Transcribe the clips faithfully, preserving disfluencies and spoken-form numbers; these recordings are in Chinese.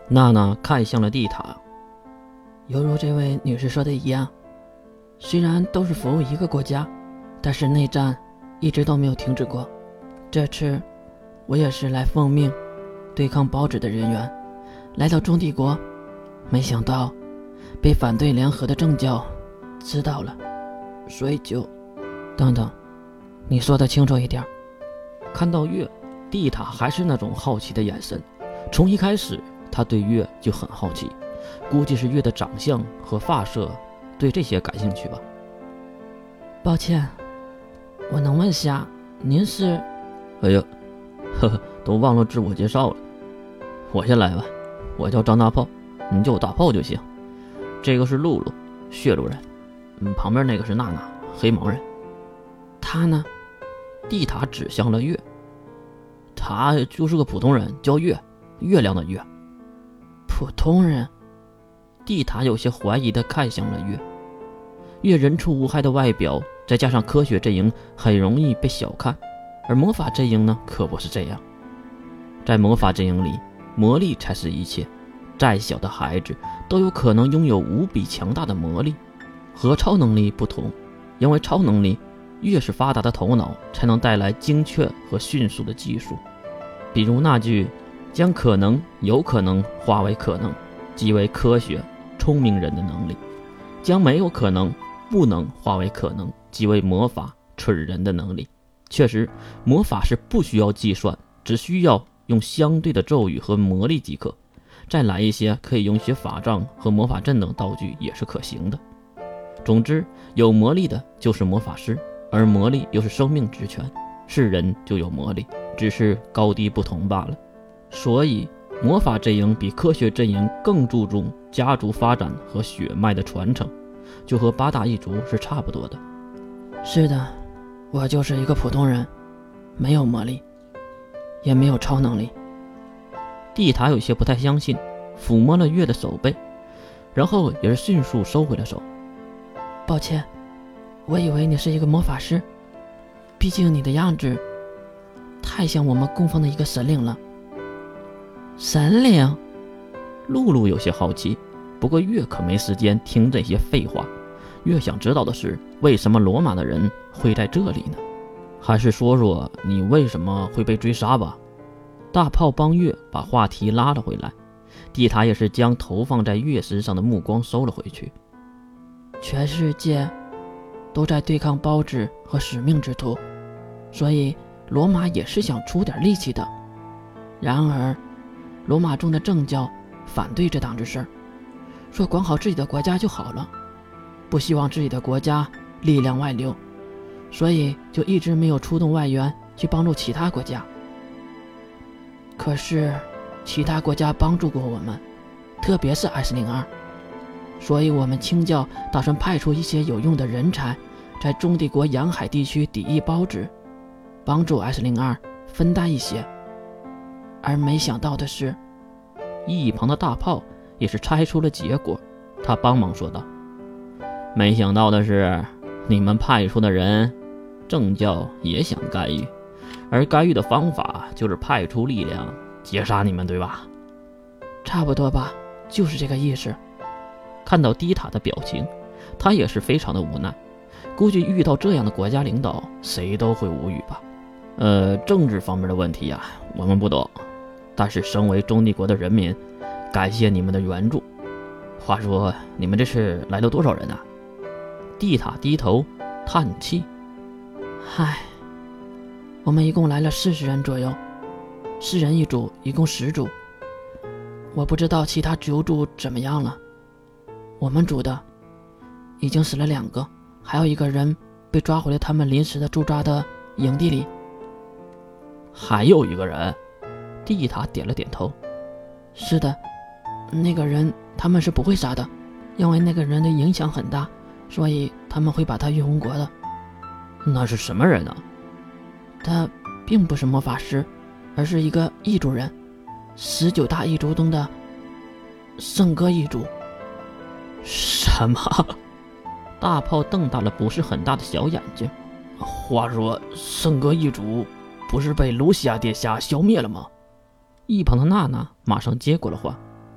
娜娜看向了地塔。 犹如这位女士说的一样，虽然都是服务一个国家，但是内战一直都没有停止过。这次我也是来奉命对抗包纸的人员，来到中帝国，没想到被反对联合的政教知道了，所以就……等等，你说的清楚一点。 看到月，地塔还是那种好奇的眼神。从一开始他对月就很好奇，估计是月的长相和发色，对这些感兴趣吧。 抱歉，我能问下您是…… 哎呀，呵呵，都忘了自我介绍了。我先来吧，我叫张大炮，你叫我大炮就行。这个是露露，血路人。嗯，旁边那个是娜娜，黑毛人。 他呢？ 地塔指向了月。他就是个普通人，叫月，月亮的月。 普通人？ 地塔有些怀疑地看向了月。月人畜无害的外表，再加上科学阵营很容易被小看，而魔法阵营呢，可不是这样。在魔法阵营里，魔力才是一切。再小的孩子都有可能拥有无比强大的魔力。和超能力不同，因为超能力越是发达的头脑才能带来精确和迅速的技术。比如那句将可能有可能化为可能，即为科学聪明人的能力；将没有可能不能化为可能，即为魔法蠢人的能力。确实，魔法是不需要计算，只需要用相对的咒语和魔力即可。再来一些可以用学法杖和魔法阵等道具也是可行的。总之，有魔力的就是魔法师，而魔力又是生命之泉，是人就有魔力，只是高低不同罢了。所以魔法阵营比科学阵营更注重家族发展和血脉的传承，就和八大一族是差不多的。 是的，我就是一个普通人，没有魔力，也没有超能力。 地塔有些不太相信，抚摸了月的手背，然后也是迅速收回了手。 抱歉，我以为你是一个魔法师，毕竟你的样子太像我们供奉的一个神灵了。神灵？ 露露有些好奇，不过月可没时间听这些废话。月想知道的是，为什么罗马的人会在这里呢？还是说说你为什么会被追杀吧。大炮帮月把话题拉了回来，地塔也是将投放在月身上的目光收了回去。 全世界都在对抗包纸和使命之徒，所以罗马也是想出点力气的。然而罗马中的政教反对这档子事儿，说管好自己的国家就好了，不希望自己的国家力量外流，所以就一直没有出动外援去帮助其他国家。可是其他国家帮助过我们，特别是 S 零二，所以我们清教打算派出一些有用的人才，在中帝国沿海地区抵御包纸，帮助 S 零二分担一些。而没想到的是， 一旁的大炮也是猜出了结果，他帮忙说道：没想到的是，你们派出的人，政教也想干预，而干预的方法就是派出力量截杀你们，对吧？ 差不多吧，就是这个意思。 看到低塔的表情，他也是非常的无奈，估计遇到这样的国家领导，谁都会无语吧。呃，政治方面的问题呀、啊，我们不懂，但是身为中帝国的人民，感谢你们的援助。话说，你们这是来了多少人啊？地塔低头叹气， 唉，我们一共来了四十人左右，四人一组，一共十组。我不知道其他九组怎么样了。我们组的已经死了两个，还有一个人被抓回了他们临时的驻扎的营地里。 还有一个人？地塔点了点头。 是的，那个人他们是不会杀的，因为那个人的影响很大，所以他们会把他运回国的。 那是什么人啊？ 他并不是魔法师，而是一个异族人，十九大异族中的圣歌异族。 什么？大炮瞪大了不是很大的小眼睛。话说，圣歌异族不是被卢西亚殿下消灭了吗？一旁的娜娜马上接过了话。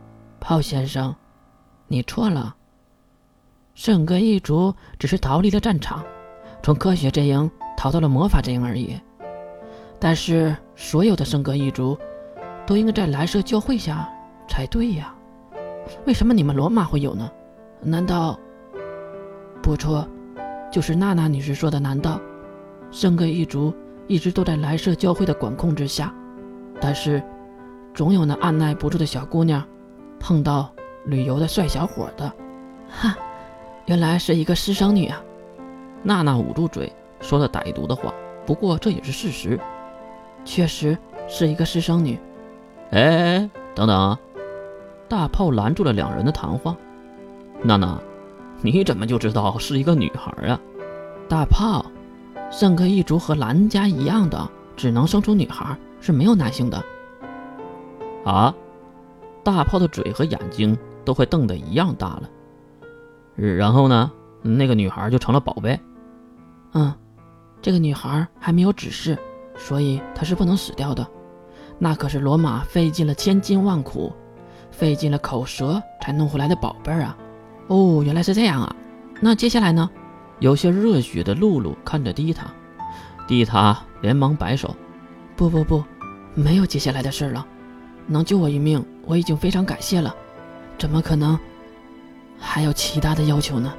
炮先生，你错了。圣歌一族只是逃离了战场，从科学阵营逃到了魔法阵营而已。但是所有的圣歌一族都应该在蓝色教会下才对呀，为什么你们罗马会有呢？难道……不错，就是娜娜女士说的，难道圣歌一族一直都在蓝色教会的管控之下，但是总有那按耐不住的小姑娘碰到旅游的帅小伙的。哈，原来是一个私生女啊！ 娜娜捂住嘴，说了歹毒的话，不过这也是事实， 确实是一个私生女。 哎哎哎，等等啊！大炮拦住了两人的谈话。娜娜，你怎么就知道是一个女孩啊？ 大炮，圣歌一族和兰家一样的，只能生出女孩，是没有男性的。 啊！大炮的嘴和眼睛都快瞪得一样大了。然后呢，那个女孩就成了宝贝。 嗯，这个女孩还没有指示，所以她是不能死掉的。那可是罗马费尽了千辛万苦，费尽了口舌才弄回来的宝贝啊！哦，原来是这样啊！那接下来呢？ 有些热血的露露看着蒂塔，蒂塔连忙摆手：“ 不不不，没有接下来的事了。能救我一命，我已经非常感谢了，怎么可能还有其他的要求呢？”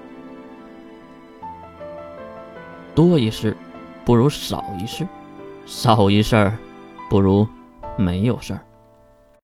多一事不如少一事，少一事不如没有事儿。